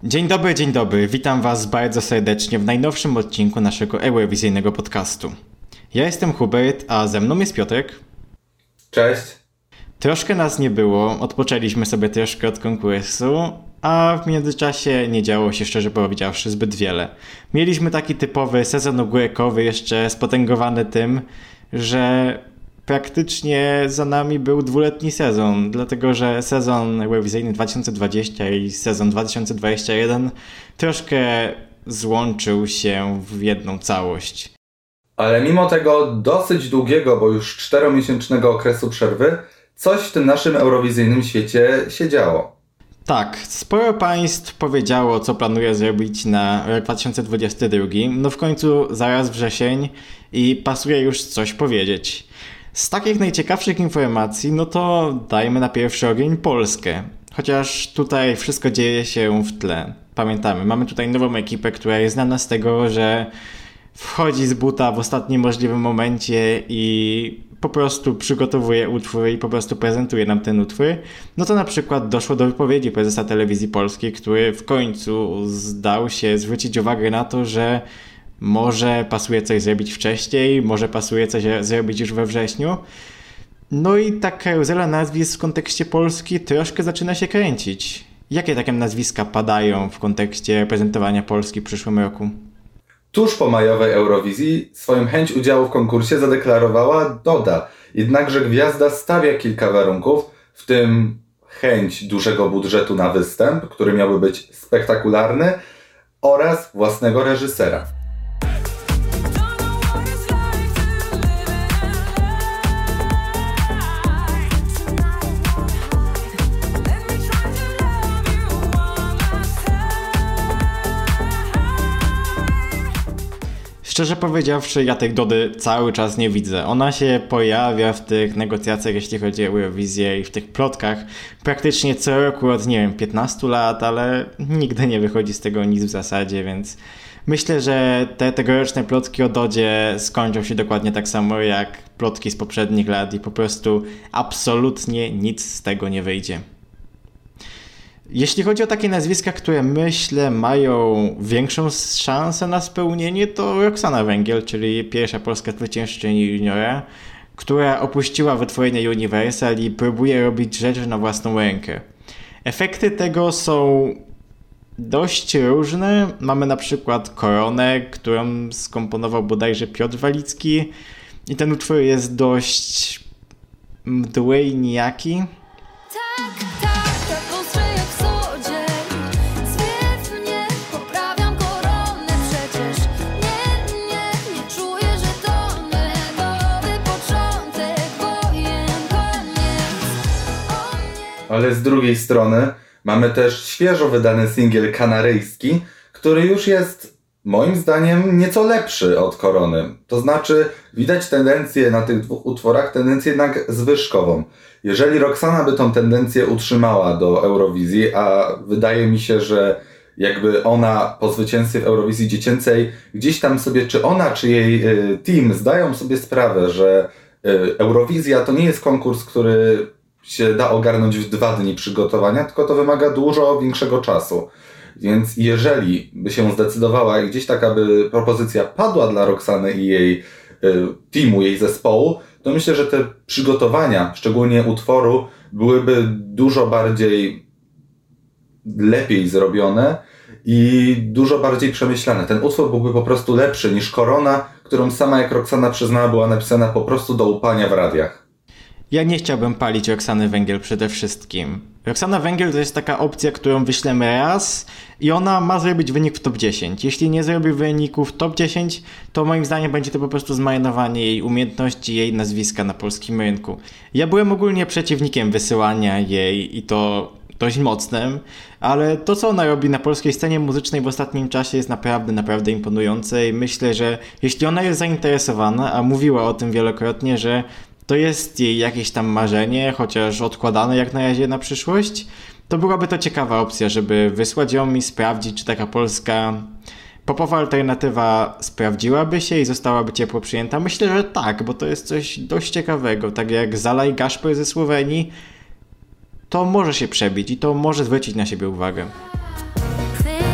Dzień dobry, witam Was bardzo serdecznie w najnowszym odcinku naszego eurowizyjnego podcastu. Ja jestem Hubert, a ze mną jest Piotrek. Cześć. Troszkę nas nie było, odpoczęliśmy sobie troszkę od konkursu, a w międzyczasie nie działo się, szczerze powiedziawszy, zbyt wiele. Mieliśmy taki typowy sezon ogórkowy, jeszcze spotęgowany tym, że praktycznie za nami był dwuletni sezon, dlatego że sezon eurowizyjny 2020 i sezon 2021 troszkę złączył się w jedną całość. Ale mimo tego dosyć długiego, bo już 4-miesięcznego okresu przerwy, coś w tym naszym eurowizyjnym świecie się działo. Tak, sporo państw powiedziało, co planuje zrobić na rok 2022. No w końcu zaraz wrzesień i pasuje już coś powiedzieć. Z takich najciekawszych informacji, no to dajmy na pierwszy ogień Polskę. Chociaż tutaj wszystko dzieje się w tle. Pamiętamy, mamy tutaj nową ekipę, która jest znana z tego, że wchodzi z buta w ostatnim możliwym momencie i po prostu przygotowuje utwór i po prostu prezentuje nam ten utwór. No to na przykład doszło do wypowiedzi prezesa Telewizji Polskiej, który w końcu zdał się zwrócić uwagę na to, że może pasuje coś zrobić wcześniej, może pasuje coś zrobić już we wrześniu. No i ta karuzela nazwisk w kontekście Polski troszkę zaczyna się kręcić. Jakie takie nazwiska padają w kontekście reprezentowania Polski w przyszłym roku? Tuż po majowej Eurowizji swoją chęć udziału w konkursie zadeklarowała Doda. Jednakże gwiazda stawia kilka warunków, w tym chęć dużego budżetu na występ, który miałby być spektakularny, oraz własnego reżysera. Szczerze powiedziawszy, ja tej Dody cały czas nie widzę. Ona się pojawia w tych negocjacjach, jeśli chodzi o Eurowizję i w tych plotkach praktycznie co roku od, 15 lat, ale nigdy nie wychodzi z tego nic w zasadzie, więc myślę, że te tegoroczne plotki o Dodzie skończą się dokładnie tak samo jak plotki z poprzednich lat i po prostu absolutnie nic z tego nie wyjdzie. Jeśli chodzi o takie nazwiska, które myślę mają większą szansę na spełnienie, to Roxana Węgiel, czyli pierwsza polska zwyciężczyni juniora, która opuściła wytwórnię Universal i próbuje robić rzeczy na własną rękę. Efekty tego są dość różne. Mamy na przykład Koronę, którą skomponował bodajże Piotr Walicki i ten utwór jest dość mdły i nijaki. Ale z drugiej strony mamy też świeżo wydany singiel kanaryjski, który już jest moim zdaniem nieco lepszy od Korony. To znaczy widać tendencję na tych dwóch utworach, tendencję jednak zwyżkową. Jeżeli Roxana by tą tendencję utrzymała do Eurowizji, a wydaje mi się, że jakby ona po zwycięstwie w Eurowizji dziecięcej gdzieś tam sobie, czy ona, czy jej team zdają sobie sprawę, że Eurowizja to nie jest konkurs, który się da ogarnąć w 2 dni przygotowania, tylko to wymaga dużo większego czasu. Więc jeżeli by się zdecydowała i gdzieś taka by propozycja padła dla Roxany i jej teamu, jej zespołu, to myślę, że te przygotowania, szczególnie utworu, byłyby dużo bardziej lepiej zrobione i dużo bardziej przemyślane. Ten utwór byłby po prostu lepszy niż Korona, którą sama, jak Roxana przyznała, była napisana po prostu do łupania w radiach. Ja nie chciałbym palić Roxany Węgiel przede wszystkim. Roxana Węgiel to jest taka opcja, którą wyślemy raz i ona ma zrobić wynik w top 10. Jeśli nie zrobi wyniku w top 10, to moim zdaniem będzie to po prostu zmarnowanie jej umiejętności, jej nazwiska na polskim rynku. Ja byłem ogólnie przeciwnikiem wysyłania jej i to dość mocnym, ale to, co ona robi na polskiej scenie muzycznej w ostatnim czasie jest naprawdę imponujące i myślę, że jeśli ona jest zainteresowana, a mówiła o tym wielokrotnie, że to jest jej jakieś tam marzenie, chociaż odkładane jak na razie na przyszłość, to byłaby to ciekawa opcja, żeby wysłać ją i sprawdzić, czy taka polska popowa alternatywa sprawdziłaby się i zostałaby ciepło przyjęta. Myślę, że tak, bo to jest coś dość ciekawego. Tak jak Zala i Gaszper ze Słowenii, to może się przebić i to może zwrócić na siebie uwagę.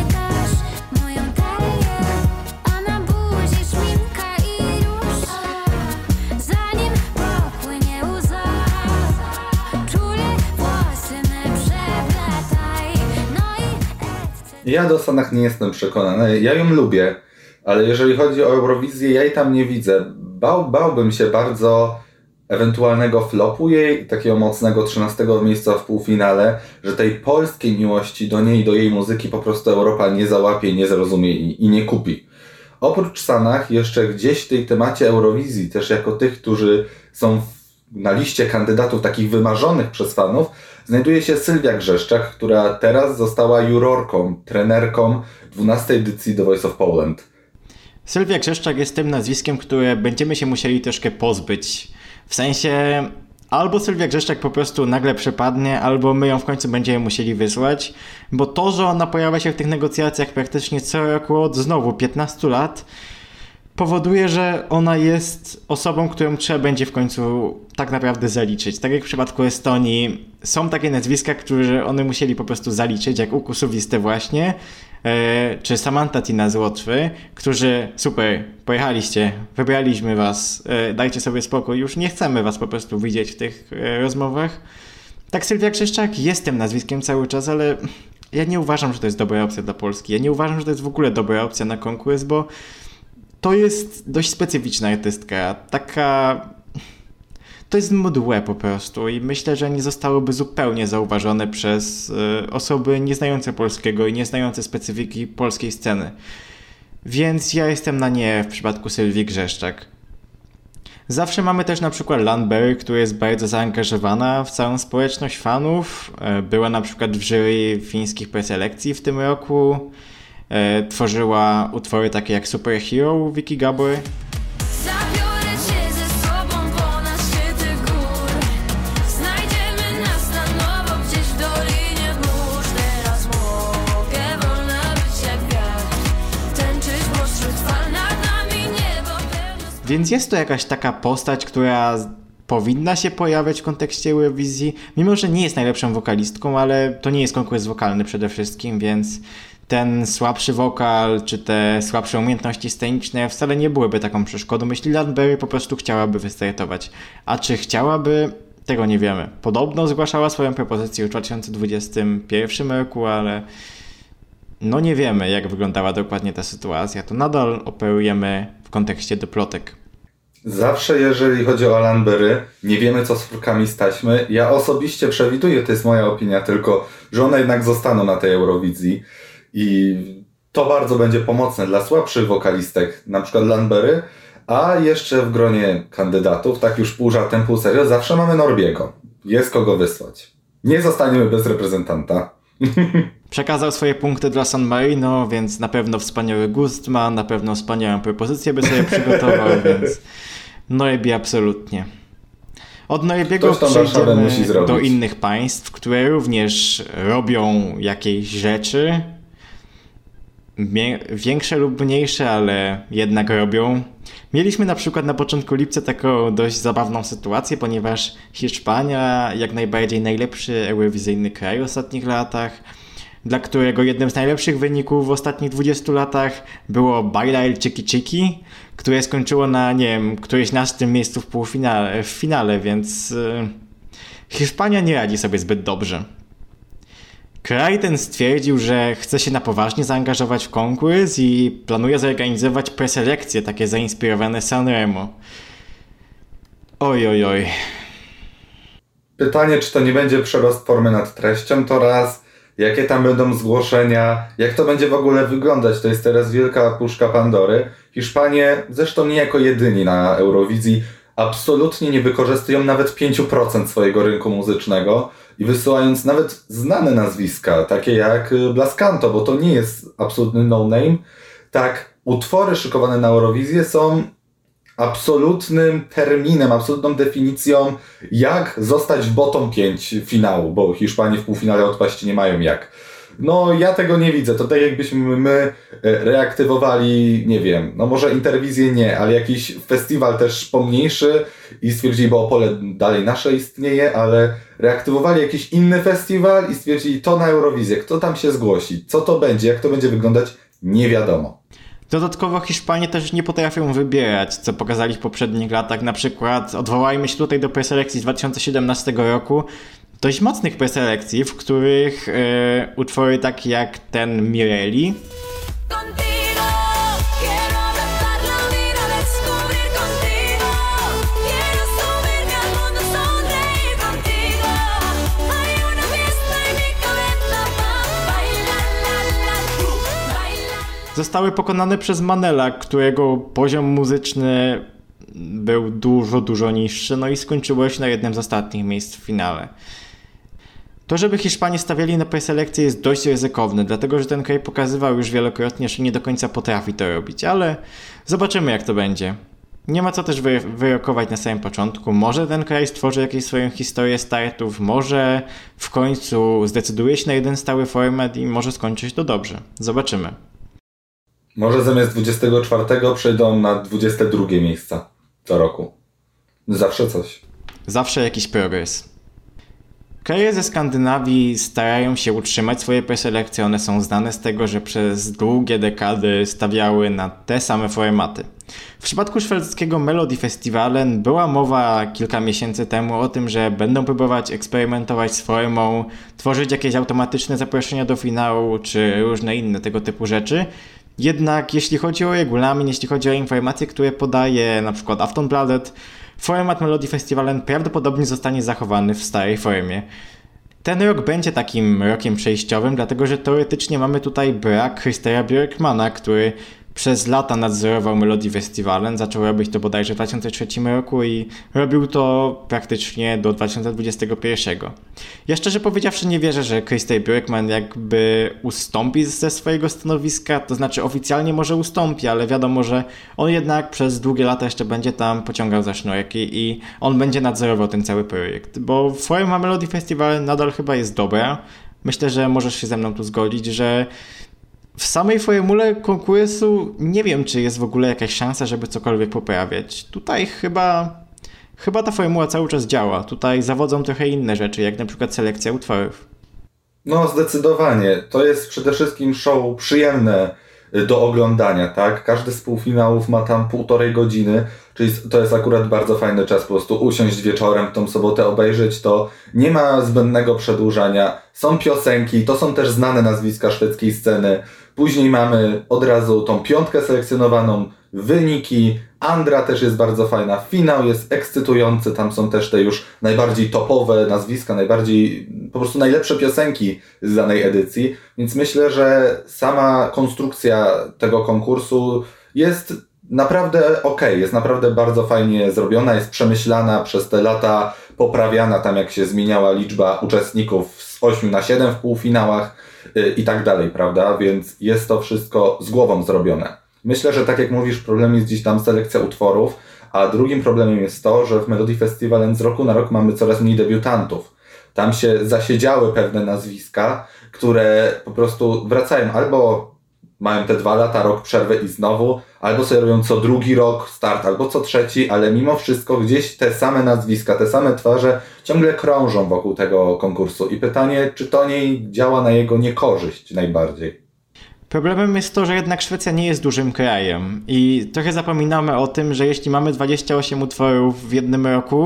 Ja do Stanach nie jestem przekonany. Ja ją lubię, ale jeżeli chodzi o Eurowizję, ja jej tam nie widzę. Bałbym się bardzo ewentualnego flopu jej, takiego mocnego 13 miejsca w półfinale, że tej polskiej miłości do niej, do jej muzyki po prostu Europa nie załapie, nie zrozumie i nie kupi. Oprócz Stanach jeszcze gdzieś w tej temacie Eurowizji, też jako tych, którzy są na liście kandydatów takich wymarzonych przez fanów, znajduje się Sylwia Grzeszczak, która teraz została jurorką, trenerką 12 edycji The Voice of Poland. Sylwia Grzeszczak jest tym nazwiskiem, które będziemy się musieli troszkę pozbyć. W sensie albo Sylwia Grzeszczak po prostu nagle przepadnie, albo my ją w końcu będziemy musieli wysłać, bo to, że ona pojawia się w tych negocjacjach praktycznie co roku od znowu 15 lat, powoduje, że ona jest osobą, którą trzeba będzie w końcu tak naprawdę zaliczyć. Tak jak w przypadku Estonii są takie nazwiska, które one musieli po prostu zaliczyć, jak Uku Suviste właśnie, czy Samantha Tina z Łotwy, którzy super, pojechaliście, wybraliśmy was, dajcie sobie spokój, już nie chcemy was po prostu widzieć w tych rozmowach. Tak Sylwia Grzeszczak jest tym nazwiskiem cały czas, ale ja nie uważam, że to jest dobra opcja dla Polski. Ja nie uważam, że to jest w ogóle dobra opcja na konkurs, bo to jest dość specyficzna artystka, to jest mdłe po prostu i myślę, że nie zostałoby zupełnie zauważone przez osoby nieznające polskiego i nieznające specyfiki polskiej sceny. Więc ja jestem na nie w przypadku Sylwii Grzeszczak. Zawsze mamy też na przykład Landberry, która jest bardzo zaangażowana w całą społeczność fanów. Była na przykład w jury fińskich preselekcji w tym roku. Tworzyła utwory takie jak Superhero Wiki Gabor. Zabiorę cię ze sobą ponad szczyty gór. Znajdziemy nas na nowo gdzieś w dolinie mórz. Teraz mogę wolna być jak wiatr. Tęczyć wśród fal nad nami niebo pełne. Więc jest to jakaś taka postać, która powinna się pojawiać w kontekście Eurowizji, mimo że nie jest najlepszą wokalistką, ale to nie jest konkurs wokalny przede wszystkim, więc ten słabszy wokal, czy te słabsze umiejętności sceniczne wcale nie byłyby taką przeszkodą, jeśli Landberry po prostu chciałaby wystartować. A czy chciałaby? Tego nie wiemy. Podobno zgłaszała swoją propozycję w 2021 roku, ale no nie wiemy, jak wyglądała dokładnie ta sytuacja. To nadal operujemy w kontekście doplotek. Zawsze jeżeli chodzi o Landberry, nie wiemy co z furkami z taśmy. Ja osobiście przewiduję, to jest moja opinia tylko, że one jednak zostaną na tej Eurowizji. I to bardzo będzie pomocne dla słabszych wokalistek, na przykład Landberry, a jeszcze w gronie kandydatów, tak już pół żartem, pół serio, zawsze mamy Norbiego. Jest kogo wysłać. Nie zostaniemy bez reprezentanta. Przekazał swoje punkty dla San Marino, więc na pewno wspaniały gust ma, na pewno wspaniałą propozycję by sobie przygotował, więc Norbi absolutnie. Od Norbiego przejdziemy do innych państw, które również robią jakieś rzeczy, większe lub mniejsze, ale jednak robią. Mieliśmy na przykład na początku lipca taką dość zabawną sytuację, ponieważ Hiszpania, jak najbardziej najlepszy eurowizyjny kraj w ostatnich latach, dla którego jednym z najlepszych wyników w ostatnich 20 latach było Baila el Chiqui Chiqui, które skończyło na, nie wiem, któreś 12 miejscu w finale, więc Hiszpania nie radzi sobie zbyt dobrze. Kraj ten stwierdził, że chce się na poważnie zaangażować w konkurs i planuje zorganizować preselekcje takie zainspirowane Sanremo. Oj. Pytanie, czy to nie będzie przerost formy nad treścią, to raz. Jakie tam będą zgłoszenia, jak to będzie w ogóle wyglądać, to jest teraz wielka puszka Pandory. Hiszpanie, zresztą nie jako jedyni na Eurowizji, absolutnie nie wykorzystują nawet 5% swojego rynku muzycznego i wysyłając nawet znane nazwiska, takie jak Blascanto, bo to nie jest absolutny no-name, tak utwory szykowane na Eurowizję są absolutnym terminem, absolutną definicją, jak zostać w bottom 5 finału, bo Hiszpanie w półfinale odpaść nie mają jak. No ja tego nie widzę, to tak jakbyśmy my reaktywowali, nie wiem, no może Interwizję nie, ale jakiś festiwal też pomniejszy i stwierdzili, bo Opole dalej nasze istnieje, ale reaktywowali jakiś inny festiwal i stwierdzili, to na Eurowizję, kto tam się zgłosi, co to będzie, jak to będzie wyglądać, nie wiadomo. Dodatkowo Hiszpanie też nie potrafią wybierać, co pokazali w poprzednich latach. Na przykład odwołajmy się tutaj do preselekcji z 2017 roku. dość mocnych preselekcji, w których utwory takie jak ten Mireli Contigo, quiero abrazar la vida, descubrir contigo. Quiero subirme al mundo, sonreír contigo. Hay una fiesta en mi cabeza, bailar, la, la, bailar. zostały pokonane przez Manela, którego poziom muzyczny był dużo niższy, no i skończyło się na jednym z ostatnich miejsc w finale. To, żeby Hiszpanie stawiali na preselekcję jest dość ryzykowne, dlatego że ten kraj pokazywał już wielokrotnie, że nie do końca potrafi to robić, ale zobaczymy jak to będzie. Nie ma co też wyrokować na samym początku. Może ten kraj stworzy jakąś swoją historię startów, może w końcu zdecyduje się na jeden stały format i może skończyć to dobrze. Zobaczymy. Może zamiast 24 przejdą na 22 miejsca co roku. Zawsze coś. Zawsze jakiś progres. Kraje ze Skandynawii starają się utrzymać swoje preselekcje. One są znane z tego, że przez długie dekady stawiały na te same formaty. W przypadku szwedzkiego Melody Festivalen była mowa kilka miesięcy temu o tym, że będą próbować eksperymentować z formą, tworzyć jakieś automatyczne zaproszenia do finału, czy różne inne tego typu rzeczy. Jednak jeśli chodzi o regulamin, jeśli chodzi o informacje, które podaje na przykład Aftonbladet, format Melody Festivalen prawdopodobnie zostanie zachowany w starej formie. Ten rok będzie takim rokiem przejściowym, dlatego że teoretycznie mamy tutaj brak Christera Björkmana, który przez lata nadzorował Melody Festivalen, zaczął robić to bodajże w 2003 roku i robił to praktycznie do 2021. Ja szczerze powiedziawszy nie wierzę, że Christer Björkman jakby ustąpi ze swojego stanowiska, to znaczy oficjalnie może ustąpi, ale wiadomo, że on jednak przez długie lata jeszcze będzie tam pociągał za sznurki i on będzie nadzorował ten cały projekt, bo forma Melody Festival nadal chyba jest dobra. Myślę, że możesz się ze mną tu zgodzić, że w samej formule konkursu nie wiem, czy jest w ogóle jakaś szansa, żeby cokolwiek poprawiać. Tutaj chyba ta formuła cały czas działa. Tutaj zawodzą trochę inne rzeczy, jak na przykład selekcja utworów. No zdecydowanie. To jest przede wszystkim show przyjemne do oglądania, tak? Każdy z półfinałów ma tam 1,5 godziny, czyli to jest akurat bardzo fajny czas po prostu usiąść wieczorem w tą sobotę, obejrzeć to. Nie ma zbędnego przedłużania. Są piosenki, to są też znane nazwiska szwedzkiej sceny. Później mamy od razu tą 5 selekcjonowaną, wyniki. Andra też jest bardzo fajna. Finał jest ekscytujący. Tam są też te już najbardziej topowe nazwiska, po prostu najlepsze piosenki z danej edycji. Więc myślę, że sama konstrukcja tego konkursu jest naprawdę okej. Jest naprawdę bardzo fajnie zrobiona, jest przemyślana przez te lata, poprawiana tam jak się zmieniała liczba uczestników z 8 na 7 w półfinałach i tak dalej, prawda? Więc jest to wszystko z głową zrobione. Myślę, że tak jak mówisz, problemem jest gdzieś tam selekcja utworów, a drugim problemem jest to, że w Melody Festivalen z roku na rok mamy coraz mniej debiutantów. Tam się zasiedziały pewne nazwiska, które po prostu wracają albo mają te 2 lata, rok przerwy i znowu, albo sobie robią co drugi rok start, albo co trzeci, ale mimo wszystko gdzieś te same nazwiska, te same twarze ciągle krążą wokół tego konkursu. I pytanie, czy to nie działa na jego niekorzyść najbardziej? Problemem jest to, że jednak Szwecja nie jest dużym krajem i trochę zapominamy o tym, że jeśli mamy 28 utworów w jednym roku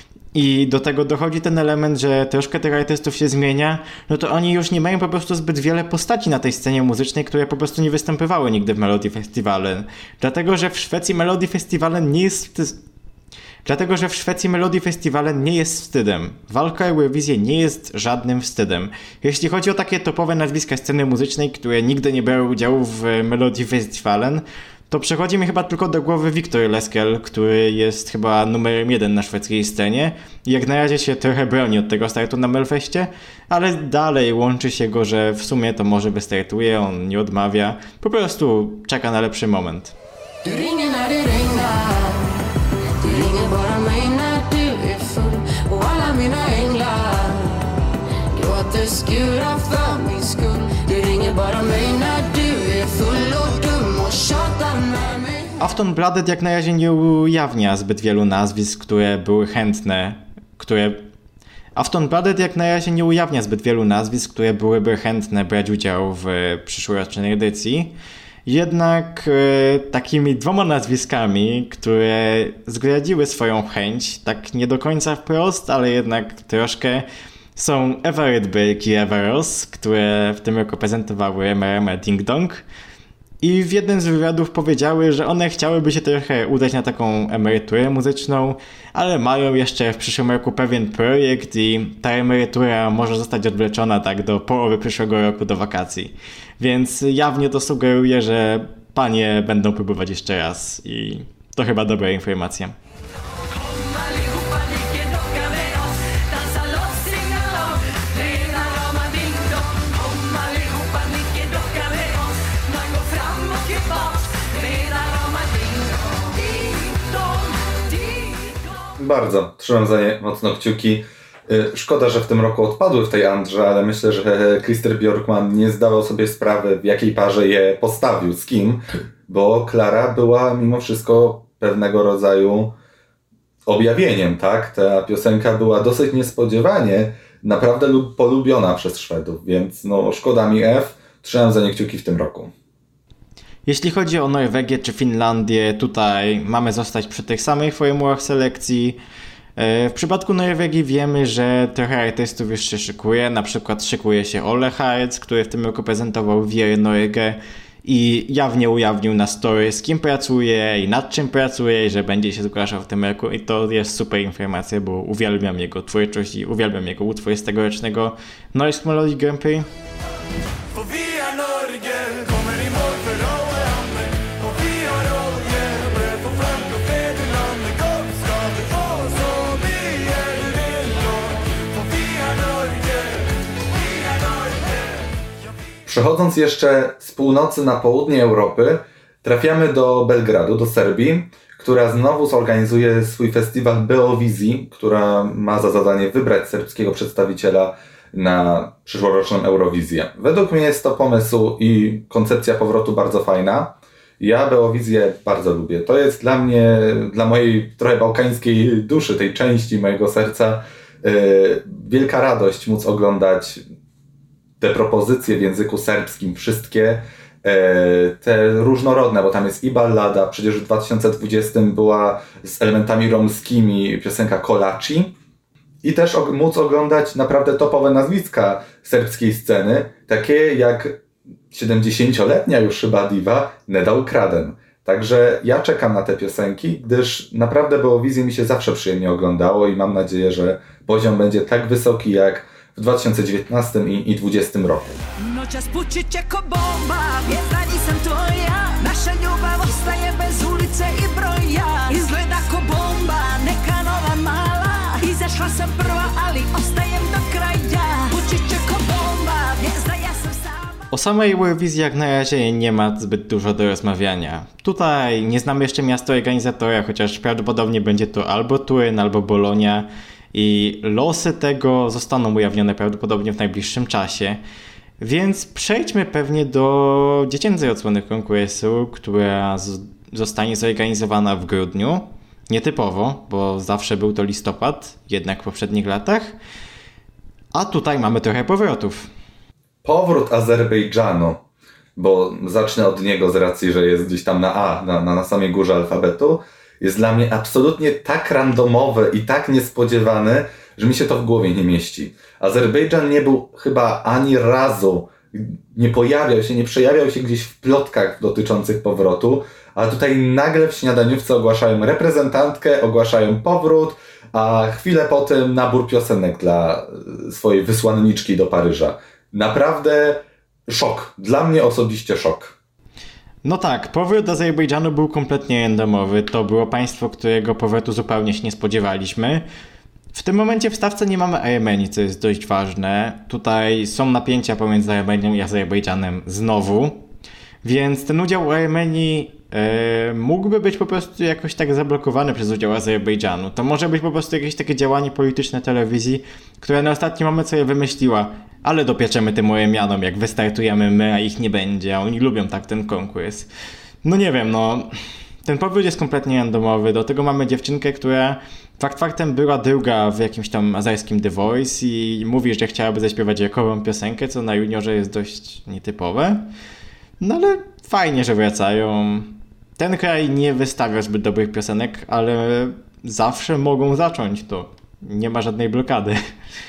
i do tego dochodzi ten element, że troszkę tych artystów się zmienia, no to oni już nie mają po prostu zbyt wiele postaci na tej scenie muzycznej, które po prostu nie występowały nigdy w Melody Festivalen. Dlatego, że w Szwecji Melody Festivalen nie jest wstydem. Walka o Eurowizję nie jest żadnym wstydem. Jeśli chodzi o takie topowe nazwiska sceny muzycznej, które nigdy nie brały udziału w Melody Festivalen, to przychodzi mi chyba tylko do głowy Victor Leskel, który jest chyba numerem 1 na szwedzkiej scenie i jak na razie się trochę broni od tego startu na Melfeście, ale dalej łączy się go, że w sumie to może wystartuje, on nie odmawia, po prostu czeka na lepszy moment. Du ringer när det regnar. Du ringer bara mig när du är full. Och alla mina änglar gråter skurar för min skull. Du ringer bara mig när du är full och dum och tjatar med mig. Aftonbladet jak na razie nie ujawnia zbyt wielu nazwisk, które były chętne, byłyby chętne brać udział w przyszłorocznej edycji. Jednak takimi 2 nazwiskami, które zdradziły swoją chęć, tak nie do końca wprost, ale jednak troszkę, Są Everett Bake i Everos, które w tym roku prezentowały MRM Ding Dong. I w jednym z wywiadów powiedziały, że one chciałyby się trochę udać na taką emeryturę muzyczną, ale mają jeszcze w przyszłym roku pewien projekt i ta emerytura może zostać odwleczona tak do połowy przyszłego roku, do wakacji. Więc jawnie to sugeruje, że panie będą próbować jeszcze raz i to chyba dobra informacja. Allihopa ligger docka med oss, dansa loss, singa loss, rena rama ding dong. Kom allihopa ligger docka med oss, man går fram och tillbaks, rena rama ding dong, ding dong, ding dong. Bardzo, trzymam za nie mocno kciuki. Szkoda, że w tym roku odpadły w tej Andrze, ale myślę, że Christer Björkman nie zdawał sobie sprawy, w jakiej parze je postawił, z kim, bo Klara była mimo wszystko pewnego rodzaju objawieniem, tak? Ta piosenka była dosyć niespodziewanie naprawdę polubiona przez Szwedów, więc no szkoda mi F, trzymam za nie kciuki w tym roku. Jeśli chodzi o Norwegię czy Finlandię, tutaj mamy zostać przy tych samych formułach selekcji. W przypadku Norwegii wiemy, że trochę artystów już się szykuje, na przykład szykuje się Ole Hartz, który w tym roku prezentował Wir Norge i jawnie ujawnił na story, z kim pracuje i nad czym pracuje i że będzie się zgłaszał w tym roku i to jest super informacja, bo uwielbiam jego twórczość i uwielbiam jego utwór z tegorocznego Norsk Melodi Grand Prix. For vi er Norge, kommer i mål for alle andre. Og vi har olje, brød for folk og fedrelandet. Godt skal det få så mye du vil nå. For vi er Norge, vi er Norge. Przechodząc jeszcze z północy na południe Europy, trafiamy do Belgradu, do Serbii, która znowu zorganizuje swój festiwal Beovizji, która ma za zadanie wybrać serbskiego przedstawiciela na przyszłoroczną Eurowizję. Według mnie jest to pomysł i koncepcja powrotu bardzo fajna. Ja Beowizję bardzo lubię. To jest dla mnie, dla mojej trochę bałkańskiej duszy, tej części mojego serca, wielka radość móc oglądać te propozycje w języku serbskim, wszystkie te różnorodne, bo tam jest i ballada, przecież w 2020 była z elementami romskimi piosenka Kolachi i też móc oglądać naprawdę topowe nazwiska serbskiej sceny, takie jak 70-letnia już chyba diva Neda Ukraden. Także ja czekam na te piosenki, gdyż naprawdę Beowizję mi się zawsze przyjemnie oglądało i mam nadzieję, że poziom będzie tak wysoki jak w 2019 i 2020 roku. Noćas pući će ko bomba, vjezda nisam tvoja. Naša ljubav ostaje bez ulice i broja. Izgleda ko bomba, neka nova mala. Izašla sam prva, ali ostajem do kraja. Pući će ko bomba, vjezda ja sam sama. O samej Eurowizji jak na razie nie ma zbyt dużo do rozmawiania. Tutaj nie znamy jeszcze miasta organizatora, chociaż prawdopodobnie będzie to albo Turyn, albo Bolonia. I losy tego zostaną ujawnione prawdopodobnie w najbliższym czasie. Więc przejdźmy pewnie do dziecięcej odsłony konkursu, która zostanie zorganizowana w grudniu. Nietypowo, bo zawsze był to listopad, jednak w poprzednich latach. A tutaj mamy trochę powrotów. Powrót Azerbejdżanu, bo zacznę od niego z racji, że jest gdzieś tam na A, na samej górze alfabetu, jest dla mnie absolutnie tak randomowy i tak niespodziewany, że mi się to w głowie nie mieści. Azerbejdżan nie był chyba ani razu, nie pojawiał się, nie przejawiał się gdzieś w plotkach dotyczących powrotu, a tutaj nagle w śniadaniówce ogłaszają reprezentantkę, ogłaszają powrót, a chwilę po tym nabór piosenek dla swojej wysłanniczki do Paryża. Naprawdę szok. Dla mnie osobiście szok. No tak, powrót do Azerbejdżanu był kompletnie randomowy. To było państwo, którego powrotu zupełnie się nie spodziewaliśmy. W tym momencie w stawce nie mamy Armenii, co jest dość ważne. Tutaj są napięcia pomiędzy Armenią i Azerbejdżanem znowu. Więc ten udział Armenii mógłby być po prostu jakoś tak zablokowany przez udział Azerbejdżanu. To może być po prostu jakieś takie działanie polityczne telewizji, które na ostatni moment sobie wymyśliła, ale dopieczemy tym Armianom, jak wystartujemy my, a ich nie będzie, a oni lubią tak ten konkurs. No nie wiem, no ten powrót jest kompletnie randomowy. Do tego mamy dziewczynkę, która fakt faktem była druga w jakimś tam azerskim The Voice i mówi, że chciałaby zaśpiewać rockową piosenkę, co na juniorze jest dość nietypowe. No ale fajnie, że wracają. Ten kraj nie wystawia zbyt dobrych piosenek, ale zawsze mogą zacząć, to nie ma żadnej blokady.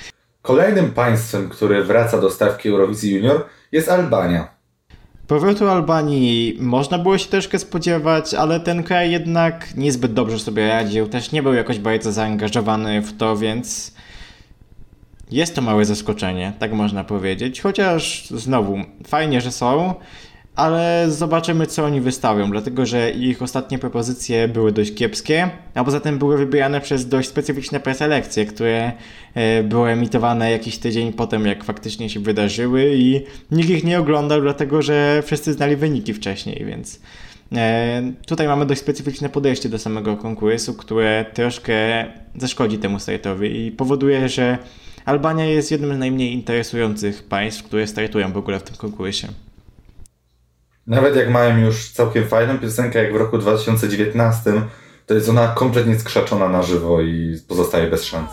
Kolejnym państwem, które wraca do stawki Eurowizji Junior, jest Albania. Powrotu Albanii można było się troszkę spodziewać, ale ten kraj jednak niezbyt dobrze sobie radził, też nie był jakoś bardzo zaangażowany w to, więc jest to małe zaskoczenie, tak można powiedzieć. Chociaż znowu, fajnie, że są, ale zobaczymy, co oni wystawią, dlatego że ich ostatnie propozycje były dość kiepskie, a poza tym były wybierane przez dość specyficzne preselekcje, które były emitowane jakiś tydzień potem, jak faktycznie się wydarzyły i nikt ich nie oglądał, dlatego że wszyscy znali wyniki wcześniej, więc tutaj mamy dość specyficzne podejście do samego konkursu, które troszkę zaszkodzi temu startowi i powoduje, że Albania jest jednym z najmniej interesujących państw, które startują w ogóle w tym konkursie. Nawet jak mają już całkiem fajną piosenkę, jak w roku 2019, to jest ona kompletnie skrzaczona na żywo i pozostaje bez szans.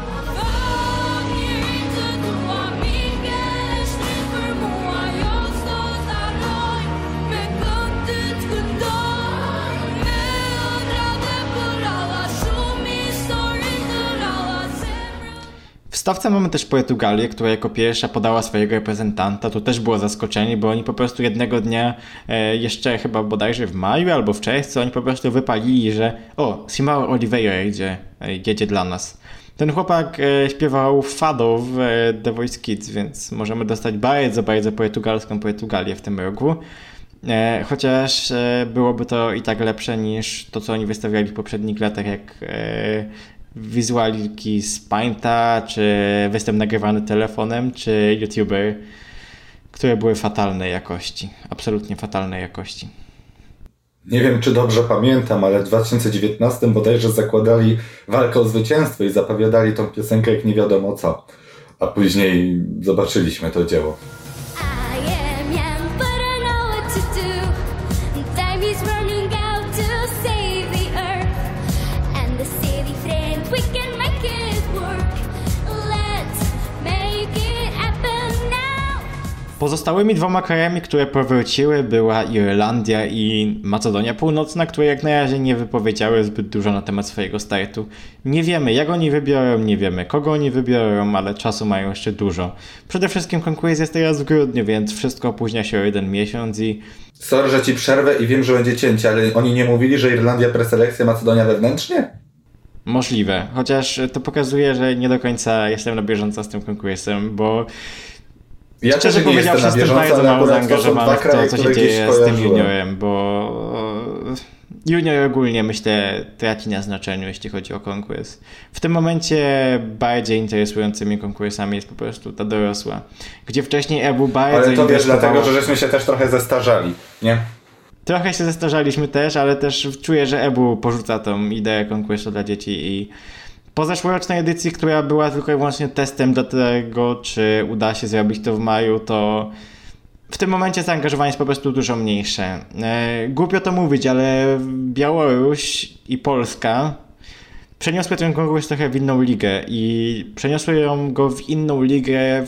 W stawce mamy też Portugalię, która jako pierwsza podała swojego reprezentanta. To też było zaskoczenie, bo oni po prostu jednego dnia, jeszcze chyba bodajże w maju albo w czerwcu, oni po prostu wypalili, że Simão Oliveira jedzie dla nas. Ten chłopak śpiewał fado w The Voice Kids, więc możemy dostać bardzo, bardzo portugalską Portugalię w tym roku. Chociaż byłoby to i tak lepsze niż to, co oni wystawiali w poprzednich latach, jak wizualiki z Painta, czy występ nagrywany telefonem, czy YouTuber, które były fatalnej jakości. Absolutnie fatalnej jakości. Nie wiem, czy dobrze pamiętam, ale w 2019 bodajże zakładali walkę o zwycięstwo i zapowiadali tą piosenkę jak nie wiadomo co. A później zobaczyliśmy to dzieło. I am young, but I know what to do. Time is running out to save the earth and the city friend. We can make it work. Let's make it happen now. Pozostałymi dwoma krajami, które powróciły, była Irlandia i Macedonia Północna, które jak na razie nie wypowiedziały zbyt dużo na temat swojego startu. Nie wiemy, jak oni wybiorą, nie wiemy, kogo oni wybiorą, ale czasu mają jeszcze dużo. Przede wszystkim konkurs jest teraz w grudniu, więc wszystko opóźnia się o 1 miesiąc i... Sorry, że ci przerwę i wiem, że będzie cięcie, ale oni nie mówili, że Irlandia preselekcja, Macedonia wewnętrznie? Możliwe, chociaż to pokazuje, że nie do końca jestem na bieżąco z tym konkursem, bo... Ja Szczerze też nie jestem na powiedziawszy, bieżąco, bardzo ale mało akurat to są zaangażowany dwa w to, kraje, co się które gdzieś dzieje z tym kojarzyłem. juniorem, bo junior ogólnie, myślę, traci na znaczeniu, jeśli chodzi o konkurs. W tym momencie bardziej interesującymi konkursami jest po prostu ta dorosła, gdzie wcześniej Ebu bardzo Ale to wiesz, inwestował... dlatego, że żeśmy się też trochę zestarzali, nie? Trochę się zestarzaliśmy też, ale też czuję, że Ebu porzuca tą ideę konkursu dla dzieci i po zeszłorocznej edycji, która była tylko i wyłącznie testem do tego, czy uda się zrobić to w maju, to w tym momencie zaangażowanie jest po prostu dużo mniejsze. Głupio to mówić, ale Białoruś i Polska przeniosły ten konkurs trochę w inną ligę i przeniosły go w inną ligę,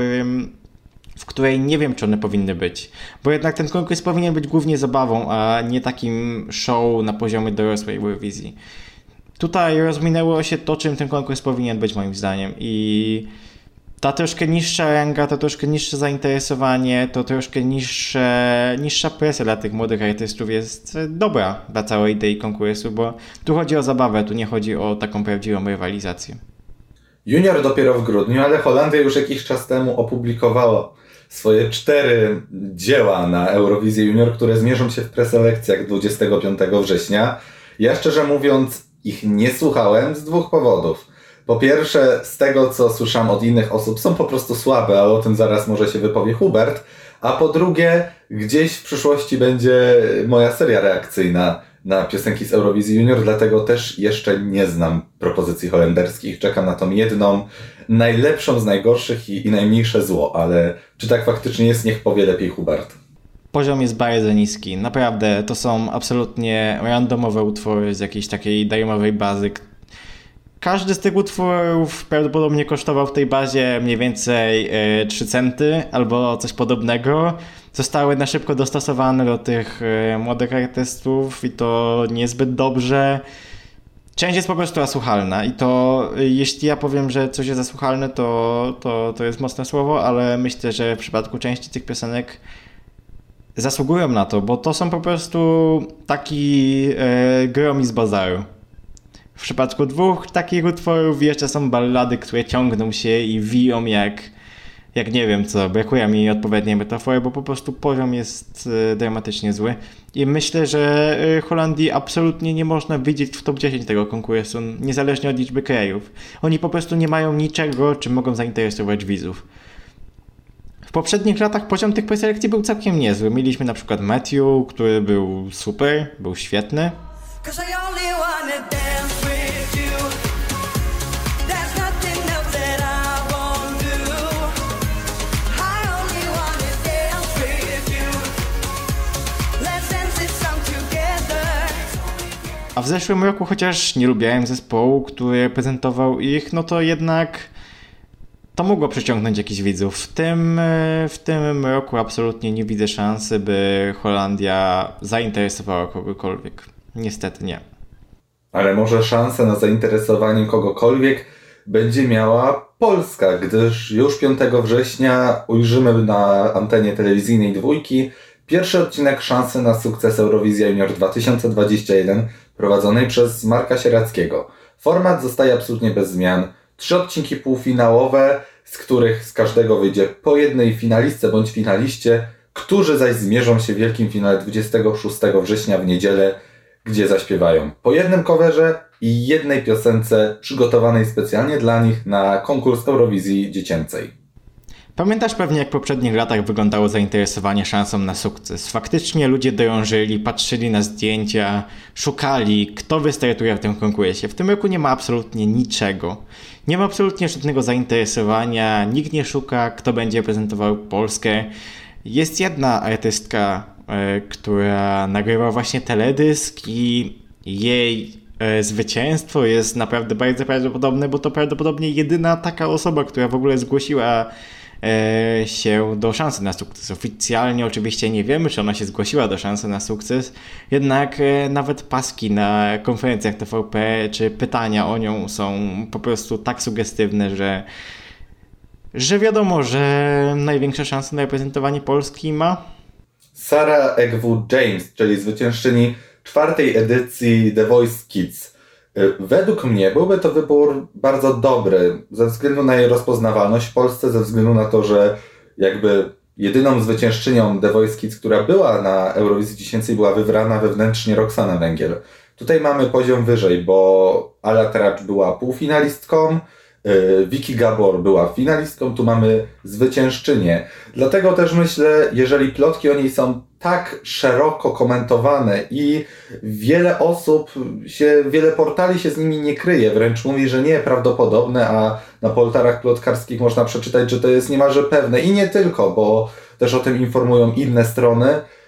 w której nie wiem, czy one powinny być. Bo jednak ten konkurs powinien być głównie zabawą, a nie takim show na poziomie dorosłej Eurowizji. Tutaj rozminęło się to, czym ten konkurs powinien być moim zdaniem i ta troszkę niższa ranga, to troszkę niższe zainteresowanie, to troszkę niższa presja dla tych młodych artystów jest dobra dla całej idei konkursu, bo tu chodzi o zabawę, tu nie chodzi o taką prawdziwą rywalizację. Junior dopiero w grudniu, ale Holandia już jakiś czas temu opublikowała swoje 4 dzieła na Eurowizję Junior, które zmierzą się w preselekcjach 25 września. Ja szczerze mówiąc ich nie słuchałem z 2 powodów. Po pierwsze, z tego co słyszałem od innych osób, są po prostu słabe, ale o tym zaraz może się wypowie Hubert. A po drugie, gdzieś w przyszłości będzie moja seria reakcyjna na piosenki z Eurowizji Junior, dlatego też jeszcze nie znam propozycji holenderskich. Czekam na tą jedną, najlepszą z najgorszych i najmniejsze zło, ale czy tak faktycznie jest, niech powie lepiej Hubert. Poziom jest bardzo niski. Naprawdę, to są absolutnie randomowe utwory z jakiejś takiej darmowej bazy. Każdy z tych utworów prawdopodobnie kosztował w tej bazie mniej więcej 3 centy albo coś podobnego. Zostały na szybko dostosowane do tych młodych artystów i to niezbyt dobrze. Część jest po prostu asłuchalna i to jeśli ja powiem, że coś jest asłuchalne, to jest mocne słowo, ale myślę, że w przypadku części tych piosenek zasługują na to, bo to są po prostu taki gromi z bazaru. W przypadku dwóch takich utworów jeszcze są ballady, które ciągną się i wiją jak nie wiem co, brakuje mi odpowiedniej metafory, bo po prostu poziom jest dramatycznie zły. I myślę, że Holandii absolutnie nie można widzieć w top 10 tego konkursu, niezależnie od liczby krajów. Oni po prostu nie mają niczego, czym mogą zainteresować widzów. W poprzednich latach poziom tych preselekcji był całkiem niezły. Mieliśmy na przykład Matthew, który był super, był świetny. 'Cause I only wanna dance with you. There's nothing else that I won't do. I only wanna dance with you. Let's dance this song together. A w zeszłym roku, chociaż nie lubiałem zespołu, który prezentował ich, no to jednak to mogło przyciągnąć jakichś widzów. W tym roku absolutnie nie widzę szansy, by Holandia zainteresowała kogokolwiek. Niestety nie. Ale może szansę na zainteresowanie kogokolwiek będzie miała Polska, gdyż już 5 września ujrzymy na antenie telewizyjnej Dwójki pierwszy odcinek Szansy na sukces Eurowizja Junior 2021 prowadzonej przez Marka Sierackiego. Format zostaje absolutnie bez zmian. 3 odcinki półfinałowe, z których z każdego wyjdzie po jednej finalistce bądź finaliście, którzy zaś zmierzą się w wielkim finale 26 września w niedzielę, gdzie zaśpiewają po jednym coverze i jednej piosence przygotowanej specjalnie dla nich na konkurs Eurowizji dziecięcej. Pamiętasz pewnie, jak w poprzednich latach wyglądało zainteresowanie szansą na sukces. Faktycznie ludzie dążyli, patrzyli na zdjęcia, szukali, kto wystartuje w tym konkursie. W tym roku nie ma absolutnie niczego. Nie ma absolutnie żadnego zainteresowania, nikt nie szuka, kto będzie prezentował Polskę. Jest jedna artystka, która nagrywa właśnie teledysk i jej zwycięstwo jest naprawdę bardzo prawdopodobne, bo to prawdopodobnie jedyna taka osoba, która w ogóle zgłosiła się do szansy na sukces. Oficjalnie oczywiście nie wiemy, czy ona się zgłosiła do szansy na sukces, jednak nawet paski na konferencjach TVP czy pytania o nią są po prostu tak sugestywne, że wiadomo, że największe szanse na reprezentowanie Polski ma Sarah Egwood-James, czyli zwyciężczyni 4. edycji The Voice Kids. Według mnie byłby to wybór bardzo dobry, ze względu na jej rozpoznawalność w Polsce, ze względu na to, że jakby jedyną zwyciężczynią The Voice Kids, która była na Eurowizji dziecięcej, była wybrana wewnętrznie Roxana Węgiel. Tutaj mamy poziom wyżej, bo Ala Tracz była półfinalistką, Vicky Gabor była finalistką, tu mamy zwyciężczynię. Dlatego też myślę, jeżeli plotki o niej są tak szeroko komentowane i wiele portali się z nimi nie kryje, wręcz mówi, że nieprawdopodobne, a na portalach plotkarskich można przeczytać, że to jest niemalże pewne. I nie tylko, bo też o tym informują inne strony,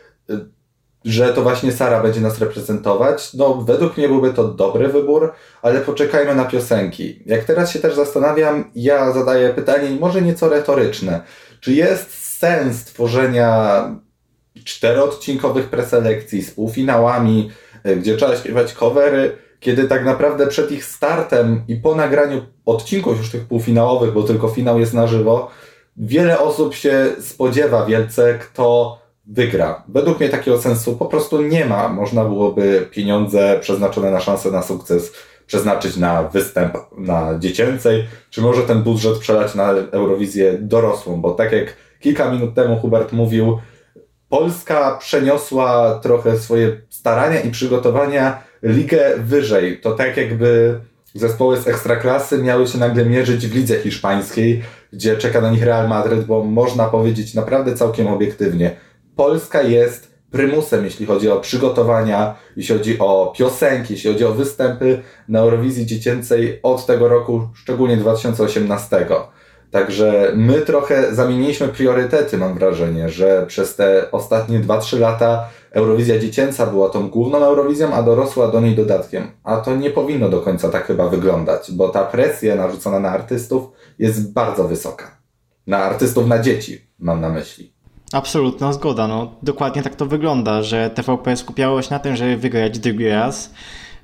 że to właśnie Sara będzie nas reprezentować. No, według mnie byłby to dobry wybór, ale poczekajmy na piosenki. Jak teraz się też zastanawiam, ja zadaję pytanie, może nieco retoryczne. Czy jest sens tworzenia 4-odcinkowych preselekcji z półfinałami, gdzie trzeba śpiewać covery, kiedy tak naprawdę przed ich startem i po nagraniu odcinków już tych półfinałowych, bo tylko finał jest na żywo, wiele osób się spodziewa wielce, kto wygra. Według mnie takiego sensu po prostu nie ma. Można byłoby pieniądze przeznaczone na szansę na sukces przeznaczyć na występ na dziecięcej, czy może ten budżet przelać na Eurowizję dorosłą, bo tak jak kilka minut temu Hubert mówił, Polska przeniosła trochę swoje starania i przygotowania ligę wyżej. To tak jakby zespoły z ekstraklasy miały się nagle mierzyć w lidze hiszpańskiej, gdzie czeka na nich Real Madryt, bo można powiedzieć naprawdę całkiem obiektywnie, Polska jest prymusem, jeśli chodzi o przygotowania, jeśli chodzi o piosenki, jeśli chodzi o występy na Eurowizji dziecięcej od tego roku, szczególnie 2018. Także my trochę zamieniliśmy priorytety, mam wrażenie, że przez te ostatnie 2-3 lata Eurowizja dziecięca była tą główną Eurowizją, a dorosła do niej dodatkiem. A to nie powinno do końca tak chyba wyglądać, bo ta presja narzucona na artystów jest bardzo wysoka. Na artystów, na dzieci, mam na myśli. Absolutna zgoda, no dokładnie tak to wygląda, że TVP skupiało się na tym, żeby wygrać drugi raz,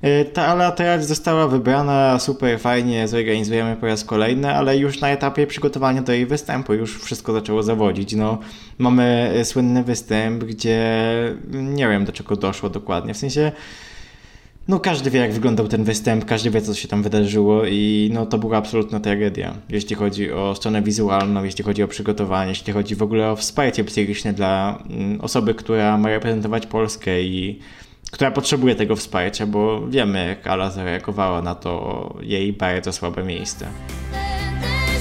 Ta ala teraz została wybrana, super fajnie, zorganizujemy po raz kolejny, ale już na etapie przygotowania do jej występu już wszystko zaczęło zawodzić. No, mamy słynny występ, gdzie nie wiem do czego doszło dokładnie, w sensie no każdy wie jak wyglądał ten występ, każdy wie co się tam wydarzyło i no to była absolutna tragedia, jeśli chodzi o stronę wizualną, jeśli chodzi o przygotowanie, jeśli chodzi w ogóle o wsparcie psychiczne dla osoby, która ma reprezentować Polskę i która potrzebuje tego wsparcia, bo wiemy jak Ala zareagowała na to jej bardzo słabe miejsce. Będę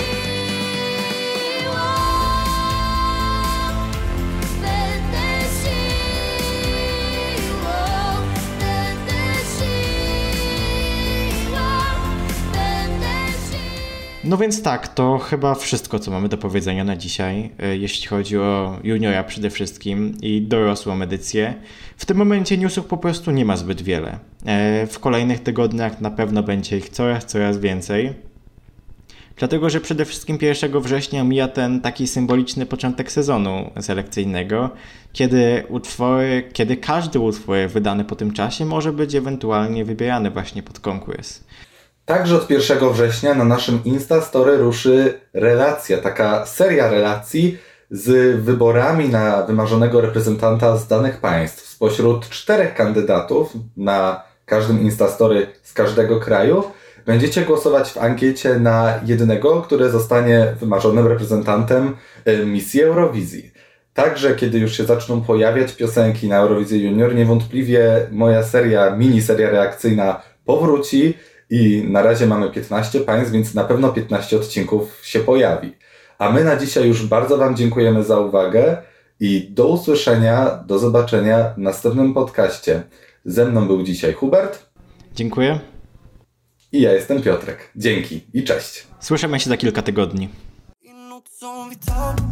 siłą, będę siłą, będę siłą. No więc tak, to chyba wszystko, co mamy do powiedzenia na dzisiaj, jeśli chodzi o juniora przede wszystkim i dorosłą edycję. W tym momencie newsów po prostu nie ma zbyt wiele. W kolejnych tygodniach na pewno będzie ich coraz więcej. Dlatego, że przede wszystkim 1 września mija ten taki symboliczny początek sezonu selekcyjnego, kiedy każdy utwór wydany po tym czasie może być ewentualnie wybierany właśnie pod konkurs. Także od 1 września na naszym Instastory ruszy relacja, taka seria relacji z wyborami na wymarzonego reprezentanta z danych państw. Spośród 4 kandydatów na każdym Instastory z każdego kraju będziecie głosować w ankiecie na jednego, który zostanie wymarzonym reprezentantem misji Eurowizji. Także kiedy już się zaczną pojawiać piosenki na Eurowizji Junior, niewątpliwie moja miniseria reakcyjna powróci i na razie mamy 15 państw, więc na pewno 15 odcinków się pojawi. A my na dzisiaj już bardzo Wam dziękujemy za uwagę i do usłyszenia, do zobaczenia w następnym podcaście. Ze mną był dzisiaj Hubert. Dziękuję. I ja jestem Piotrek. Dzięki i cześć. Słyszymy się za kilka tygodni. I nocą witał